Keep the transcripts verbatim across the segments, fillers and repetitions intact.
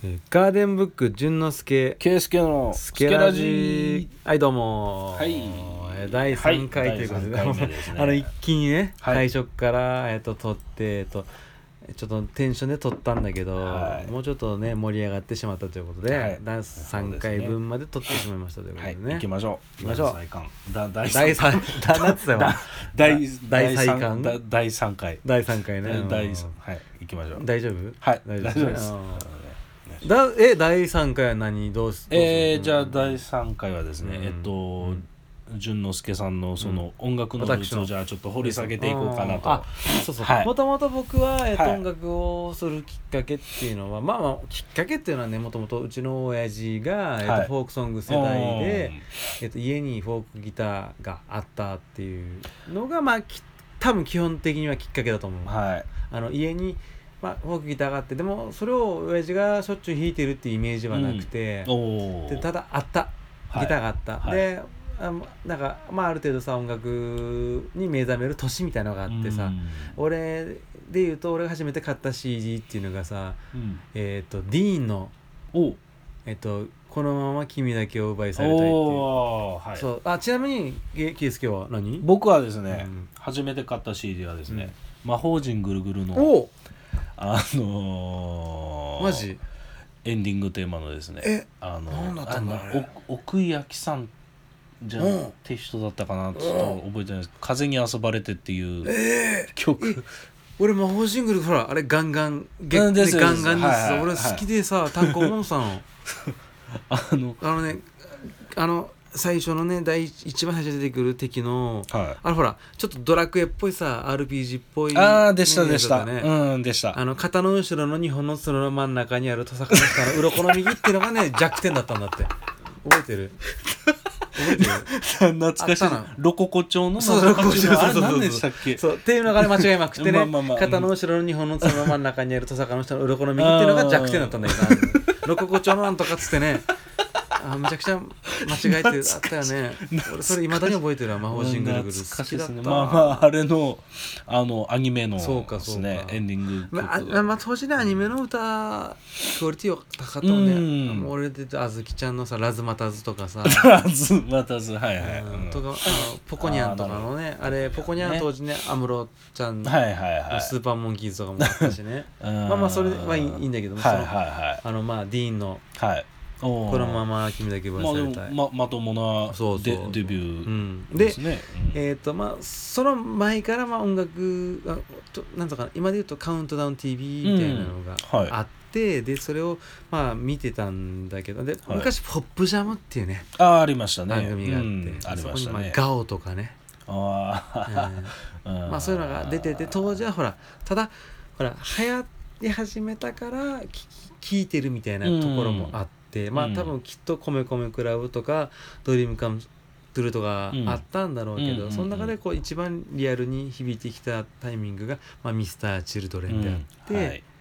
えーガーデンブック淳之介ケイスケのスケラジはいどうもはいえーだいさんかいということで、 はいだいさんかいめですねあの一気にね、 はい最初からえっと撮ってえっとちょっとテンションで撮ったんだけど、 はいもうちょっとね盛り上がってしまったということで、 はいだいさんかいぶんまで撮ってしまいましたということはい、 でね、 行きましょう。 行きましょう第三だ第第三だなんつったよだ第第三巻だ第三回。 だいさんかいね、 第うん三はい、行きましょう。 大丈夫はい、 大大丈夫です。 うんだえだいさんかいは何どうすえー、じゃあだ第三回はですね、 うんえっとうん淳之介さんのその音楽のルーツ私のをじゃあちょっと掘り下げていこうかなと。 あそうそう、 はいもともと僕は、えっとはい音楽をするきっかけっていうのはまあまあきっかけっていうのはねもともとうちの親父が、えっとはいフォークソング世代で、えっと家にフォークギターがあったっていうのがまあき多分基本的にはきっかけだと思う、 はい。 あの家に、まあ、フォークギターがあってでもそれを親父がしょっちゅう弾いてるっていうイメージはなくて、 おお。 でただあったはいギターがあった、 はいであなんか、まあ、ある程度さ音楽に目覚める年みたいなのがあってさ、 うん俺で言うと俺が初めて買った シーディー っていうのがさ、 うんえっ、とディーンの、 おえっと「このまま君だけを奪いされたい」っていう、 おーはい。 そうあちなみにケイスケは何僕はですね、 うん初めて買った シーディー はですね、 うん魔法陣ぐるぐるのおあのー、 マジエンディングテーマのですねえあのなんだったんだああれのお奥井明さんじゃうんって人だったかなちょっと覚えてないです「風に遊ばれて」っていうえー、 曲俺魔法シングルほらあれガンガンゲうんですガンガンです、 はいはい俺好きでさ単行本さのあのあのねあの最初のね第一一番最初に出てくる敵のはいあれほらちょっとドラクエっぽいさ アールピージー っぽいああでしたでした、 やつだねうんでしたあの肩の後ろのにほんの角の真ん中にあるトサカの下の鱗の右っていうのがね弱点だったんだって覚えてる覚えてる懐かしいあったなロココ調のそうなんかロココ調あれそうそうそう何でしたっけそうっていうのがね間違いまくってねまあまあまあ肩の後ろのにほんの角の真ん中にあるトサカの下の鱗の右っていうのが弱点だったんだけどロココ調のなんとかっつってねあめちゃくちゃ間違えてあったよね俺それいまだに覚えてるわ魔法陣ぐるぐる懐かしいですね好きだったまあまああれのあのアニメのそうかですそうかねエンディング曲まあ、あまあ当時ねアニメの歌クオリティは高かったもんね、 うんもう俺で言うとあずきちゃんのさラズマタズとかさまずまたずはいはい、 うんうんとかあのポコニャンとかのねあれポコニャンは当時ね安室ちゃんのはいはいはいスーパーモンキーズとかもあったしねままあまあそれはいいいいんだけども、 はいはいそのはいあのまあディーンのはいおーこのまま君だけ奪まあでいされたい、 もままともなそうそうデデビュうーん、でですね、うんえっ、とまあその前からまあ音楽あとなんとかな今で言うとカウントダウン ティーブイ みたいなのがはいあって、でそれをまあ見てたんだけどで、 はい昔ポップジャムっていうねああありましたね番組があって、 うんありましたそこにねまあガオとかね、 あえーーまあそういうのが出てて当時はほらただほら流行り始めたから聴いてるみたいなところもあって、まあうん多分きっと米米クラブとかドリームカムトゥルとかあったんだろうけど、 うんその中でこう一番リアルに響いてきたタイミングが、まあ、ミスターチルドレンであって、 うんはい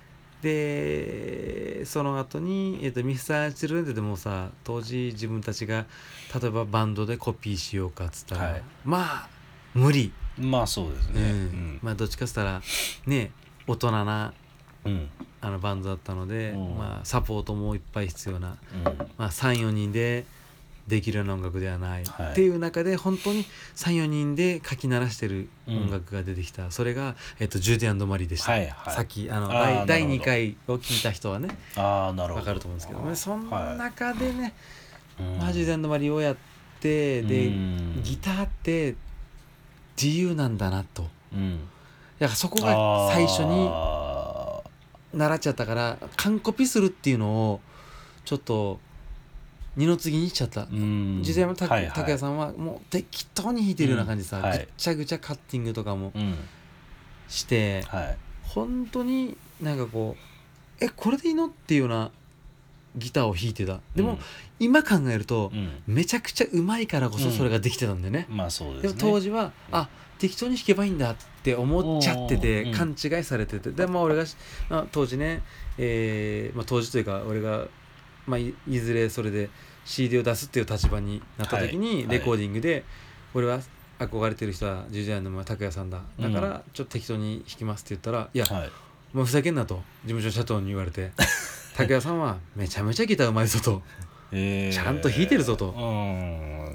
でその後に、えー、とミスターチルドレンでもさ当時自分たちが例えばバンドでコピーしようかっつったら、 はいまあ無理、 まあそうですうねんまあどっちかっつったらね大人なうんうんあのバンドだったので、 うんまあ、サポートもいっぱい必要な、 うんまあ、さんよにんでできるような音楽ではない、 はいっていう中で本当にさんよにんで書き鳴らしてる音楽が出てきた、それが、えっと、ジュディ&マリーでした、 はいはいさっきあのあーだいなるほどにかいを聞いた人はねああなるほど分かると思うんですけど、ね、そのはい中でね、 うんまあ、ジュディ&マリーをやってでうんギターって自由なんだなとうんだからそこが最初にあ習っちゃったから完コピするっていうのをちょっと二の次にしちゃった、 ーうん実際もたはいはい拓也さんはもう適当に弾いてるような感じでさ、 うんはいぐっちゃぐちゃカッティングとかもうんして、 はい本当になんかこうえこれでいいのっていうようなギターを弾いてたでも、 うん今考えると、 うんめちゃくちゃうまいからこそそれができてたんだよね、 まあそうでもですね当時はあ適当に弾けばいいんだって思っちゃっててうん勘違いされててでまあ俺が、まあ、当時ね、えーまあ、当時というか俺が、まあ、い, いずれそれで シーディー を出すっていう立場になった時にはいレコーディングで俺は憧れてる人はジュジュアンの拓也さんだだからちょっと適当に弾きますって言ったら、いやはいもうふざけんなと事務所社長に言われて拓哉さんはめちゃめちゃギターうまいぞと、 えー、 ちゃんと弾いてるぞと、 うん、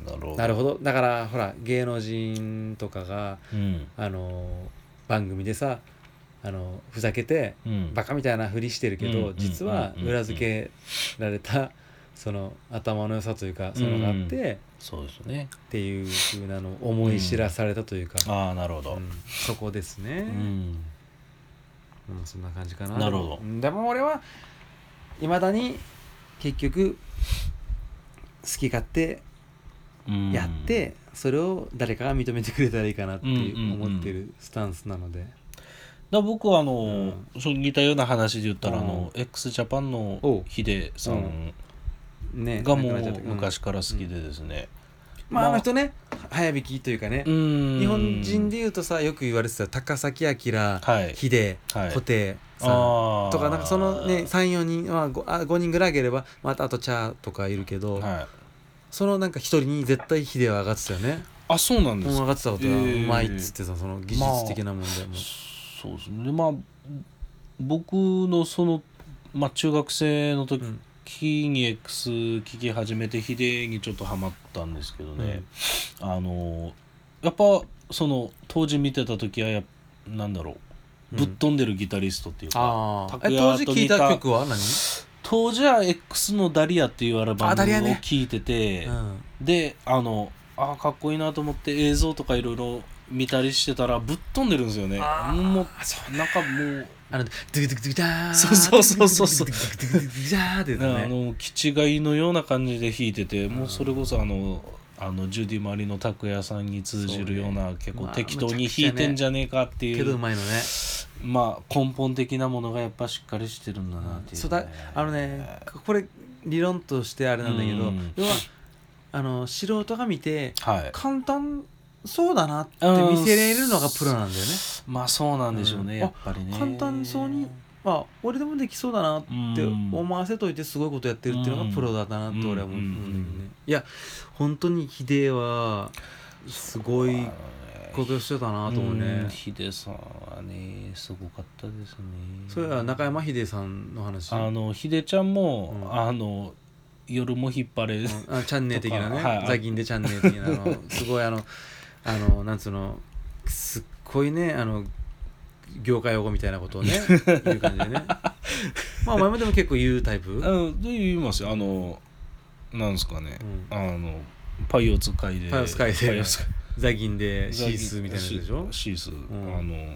なるほどなるほど。だからほら芸能人とかがうんあの番組でさあのふざけてうんバカみたいなふりしてるけど、 うん実は裏付けられたその頭の良さというかそういうのがあって、 そうですねっていう風なのを思い知らされたというか、 ああなるほど、 うんそこですね、 うんうん、そんな感じかな。 なるほどうんでも俺はいまだに結局好き勝手うんやって、それを誰かが認めてくれたらいいかなっていううんうんうん思ってるスタンスなので、 だから僕はあの、そう似たような話で言ったら、 うんあの x ジャパンのヒデさんねがもう亡くなっちゃったけど昔から好きでですね、 まああの人ね早弾きというかね、 うん日本人でいうとさよく言われてた高崎明、 はい秀、 はい布袋さあんーとかなんかそのね さん,よ 人、まあ、ご, あごにんぐらいあげればまたあとチャーとかいるけど、 はい、 そのなんか一人に絶対秀は上がってたよね。 あそうなんですか、 上がってたことがうえーまいっつってさその技術的な問題も、 そうですね。まあ僕のその、まあ、中学生の時に X 聞き始めてヒデにちょっとハマったんですけどね、うん、あのやっぱその当時見てた時はやなんだろうぶっ飛んでるギタリストっていうか、 うん、あえ当時聴いた曲は何？ 当時は X のダリアっていうアルバムを聴いてて、ねうん、であのあかっこいいなと思って映像とかいろいろ見たりしてたらぶっ飛んでるんですよね。もうなんかもうあのドゥクドゥクドゥクダーそうそうそうそうそうドゥクドゥクドゥクダーってねあの気違いのような感じで弾いてて、もうそれこそあのあのジュディ・マリの拓哉さんに通じるような結構適当に弾いてんじゃねえかっていう、 けどうまいのね。 まあ根本的なものがやっぱしっかりしてるんだなっていう、ね、 そうだあのねこれ理論としてあれなんだけど、うん、要はあの素人が見て、はい、簡単そうだなって見せれるのがプロなんだよね。 まあそうなんでしょうね、うん、やっぱりね簡単そうにまあ俺でもできそうだなって思わせといてすごいことやってるっていうのがプロだったなって俺は思うんだけどね。いや本当に秀はすごいことしてたなと思うね。 秀さんはねすごかったですね。 それは中山秀さんの話。 あの秀ちゃんも、うん、あの夜も引っ張れ、うん、 あチャンネル的なね、はい、ザギンでチャンネル的なのすごいあのあのなんつうのすっごいねあの業界用語みたいなことをね言う感じでね。まあお前もでも結構言うタイプ？ あの言いますよ。あのなんですかね、うん、あのパイオツ会でパイオツ会でザギンでシースみたいなやつでしょ。 シース、うん、あの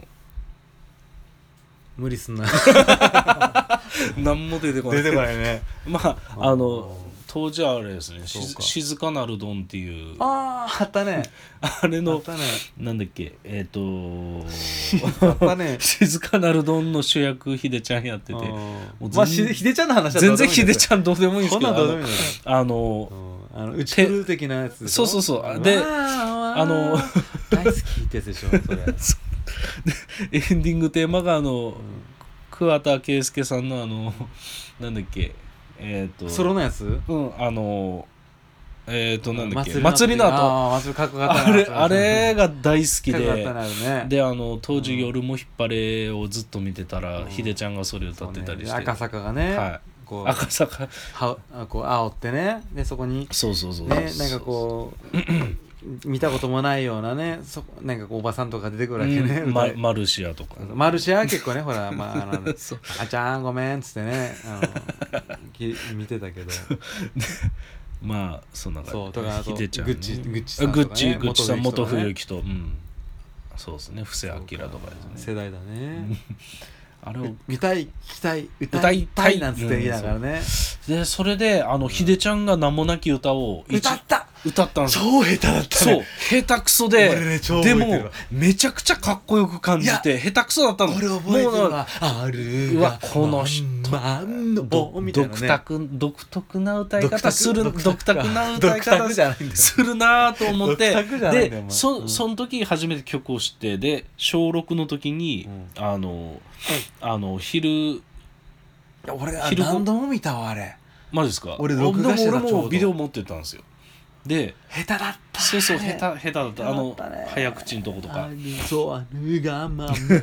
無理すんな。 何も出てこない。 出てこないね。 まああの当時はあれですね、静かなるドンっていうあああったねあれのあったねなんだっけえっ、 ー、とあったね静かなるドンの主役ヒデちゃんやってて、 もうまあヒデちゃんの話は全然ヒデちゃんどうでもいいんですけど、 あのあのうちる的なやつでしょ。 そうそうそうであの大好きってやつでしょそれエンディングテーマがあの、うん、桑田佳祐さんのあのなんだっけえー、とソロのやつ、 うんあのえっ、ー、となんだっけ祭りの後あ祭りかっこよかったあれあれが大好きで、 ね、 であの当時、うん、夜も引っ張れをずっと見てたら、うん、ヒデちゃんがそれを歌ってたりして、 ね、赤坂がね、 はい、こう赤坂はこう煽ってねでそこにそうそうそうねなんかこう見たこともないようなねそなんかこうおばさんとか出てくるわけね、 うん、マ, マルシアとかマルシアは結構ねほらまああのあちゃんごめんっつってねあの見てたけどまあそんな感じそうとかあとヒデちゃん、 グッチグッチさんとか、ね、 グッチグッチさん元冬樹と、うん、そうですね布施明とかですね世代だねあれを見たい聞きたい歌いたいなんつって言いながらね、 うん、でそれであのヒデちゃんが名もなき歌を歌った歌ったんですよ。 超下手だったね。 そう下手くそで、 ね、 でもめちゃくちゃかっこよく感じて下手くそだったの。 俺覚えてるわ。あるわこの人どみたいな、ね、 独特独特な歌い方する独特な歌い方するなと思ってでそ、うん、その時初めて曲を知ってで小ろくの時に、うん、あの、うん、あの昼俺何度も見たわあれ。 マジですか。 俺録画してた。 俺もビデオ持ってたんですよ。で下手だったそうそう下手下手だったあの早口のとことかそうあるがま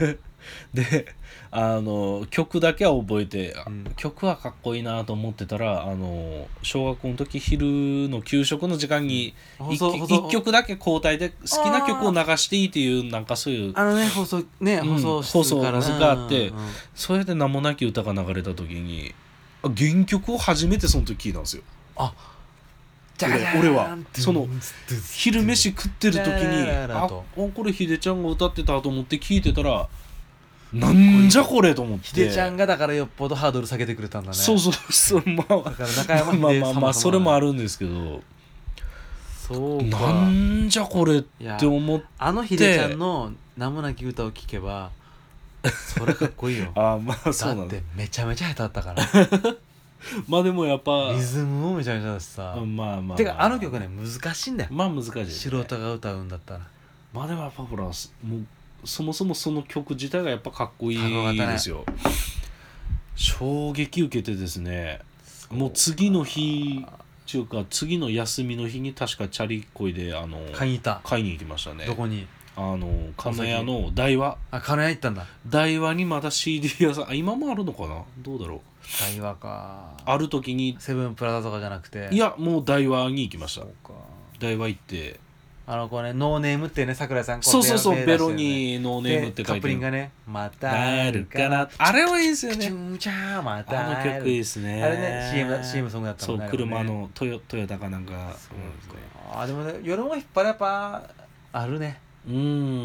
であの曲だけは覚えて、 うん、 曲はかっこいいなと思ってたら、あの小学校の時昼の給食の時間に一曲だけ交代で好きな曲を流していいっていうなんかそういうあのね放送ね、 うん、 放送室からがあって、 うんうん、 それで名もなき歌が流れた時に原曲を初めてその時聞いたんですよ。 あ俺, 俺はその昼飯食ってる時にあこれヒデちゃんが歌ってたと思って聞いてたらなんじゃこれと思って、 ヒデちゃんがだからよっぽどハードル下げてくれたんだね。 そうそうそう、まあ、だから中山秀まあまあまあそれもあるんですけど、 そうかなんじゃこれって思って、 あのヒデちゃんの名もなき歌を聴けばそれかっこいいよ。 あまあそうなんだってめちゃめちゃ下手だったからまあでもやっぱリズムもめちゃめちゃだしさ、 まあまあ、まあ、 てかあの曲ね難しいんだよ。 まあ難しい、ね、 素人が歌うんだったら。 まあでもやっぱほらもうそもそもその曲自体がやっぱかっこいいですよ、ね、衝撃受けてですね、もう次の日っていうか次の休みの日に確かチャリこいであの買いに行った買いに行きましたね。 どこに？ あの金谷の大和。 あ、金谷行ったんだ。 大和にまだ シーディー 屋さん、今もあるのかな、どうだろう。 大和か。 ある時にセブンプラザとかじゃなくて、 いやもう大和に行きました。 そうか。 大和行って、 あの子ね、ノーネームってね、桜井さんこそうそうそう、 ね、 ベロにノーネームって書いてる。 カップリングがね、またあるかな、あれはいいですよね。 チュンチャーまたあの曲いいですね。 あれね、シーエム, だ シーエム ソングだったもんね。 そう、車のトヨトヨタかなんか。 そうですね。あ、でもね、夜も引っ張れやっぱあるね。 うん。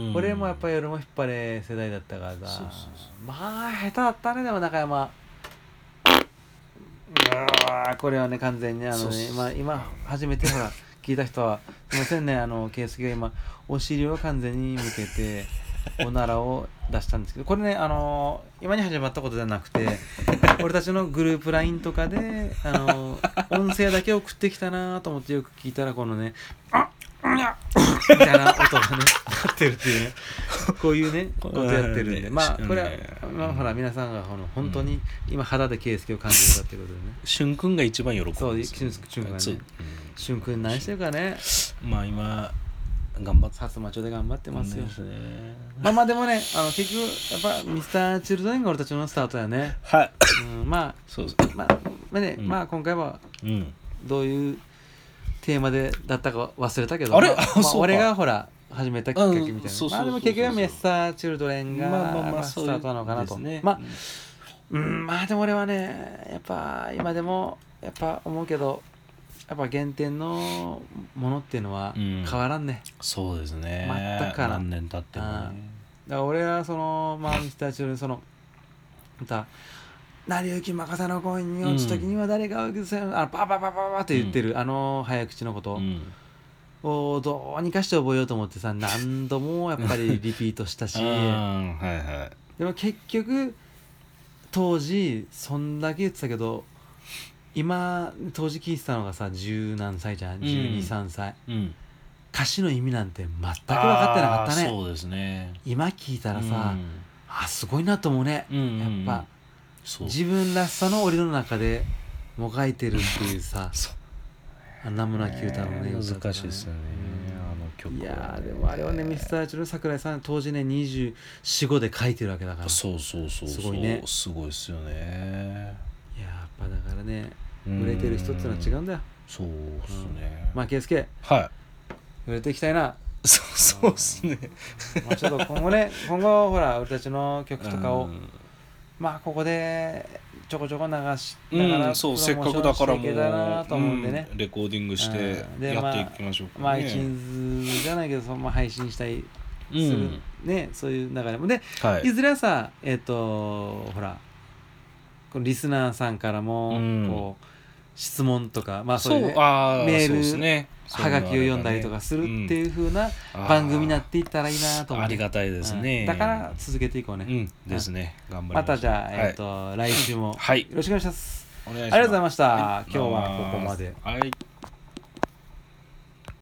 俺もやっぱ夜も引っ張れ世代だったからさ。そうそうそう、まあ下手だったね、でも中山。うわこれはね完全にあのね、そうそうそう、まあ、今初めてほら聞いた人はすいませんね、あの圭介が今お尻を完全に向けておならを出したんですけど、これねあの今に始まったことじゃなくて俺たちのグループ ライン とかであの音声だけ送ってきたなと思ってよく聞いたらこのねあみたいな音がねなってるっていうねこういうねことやってるんで、まあこれは、まあ、ほら皆さんがこの本当に今肌で圭介を感じるかっていうことでね、 しゅんくんが一番喜ぶんですよ。 そう、しゅんくんがね、しゅんくん何してるかね、 まあ今頑張って薩摩町で頑張ってますよ、ね、まあまあでもね、あの結局やっぱミスターチルドレンが俺たちのスタートやね。 はい、 うん、まあそうです、 まあ、まあね、うん、まあ今回はどういうテーマでだったか忘れたけど、 あれ、 まあまあ、俺がほら始めたきっかけみたいな、まあでも結局はミスターチルドレンがスタートなのかなと、まあ、うん、まあでも俺はねやっぱ今でもやっぱ思うけどやっぱ原点のものっていうのは変わらんね、 うん、そうですね、 全くかな、 何年経ってもね。 だから俺はそのまあミスターチルドレンそのまた成り行き任せの恋に落ちた時には誰が受けせん、あのパパパパパって言ってる、うん、あの早口のことをどうにかして覚えようと思ってさ何度もやっぱりリピートしたし、 はいはい、 でも結局当時そんだけ言ってたけど今当時聞いてたのがさ十何歳じゃん、じゅうに、さんさい、うん、歌詞の意味なんて全く分かってなかったね。 そうですね。 今聞いたらさ、うん、あすごいなと思うね、うんうんうん、やっぱ自分らしさの檻の中でもがいてるっていうさ名もなき歌のね、 難しいですよね、あの曲は、ね、 いやでもあれはねミスターチルド桜井さん当時ねにじゅうよん、ごで書いてるわけだから、 そうそうそうそう、 すごいね、 すごいですよね。 いややっぱだからね売れてる人ってのは違うんだよ。 そうですね、 うん、まあ圭介、 はい売れていきたいな。 そうそうですね、 まあちょっと今後ね今後ほら俺たちの曲とかをまあここでちょこちょこ流しながら、 うん、そうせっかくだからもう、 うんね、 レコーディングしてやっていきましょうかね。 まあ、まあ、iTunes じゃないけどその、まあ、配信したいする、うん、ねそういう流れもで、はい、いずれはさえっ、ー、とほらこのリスナーさんからも、うん、こう質問とかまあそういう、ね、そうあメールそう、ね、はがきを読んだりとかするっていう風な番組になっていったらいいなと思って、 ありがたいですね、 うん、だから続けていこうね、 うん、ですね、頑張りままたじゃあ、えーとはい、来週もよろしくお願いします、 お願いします。 ありがとうございました、はい、今日はここまで。 はい。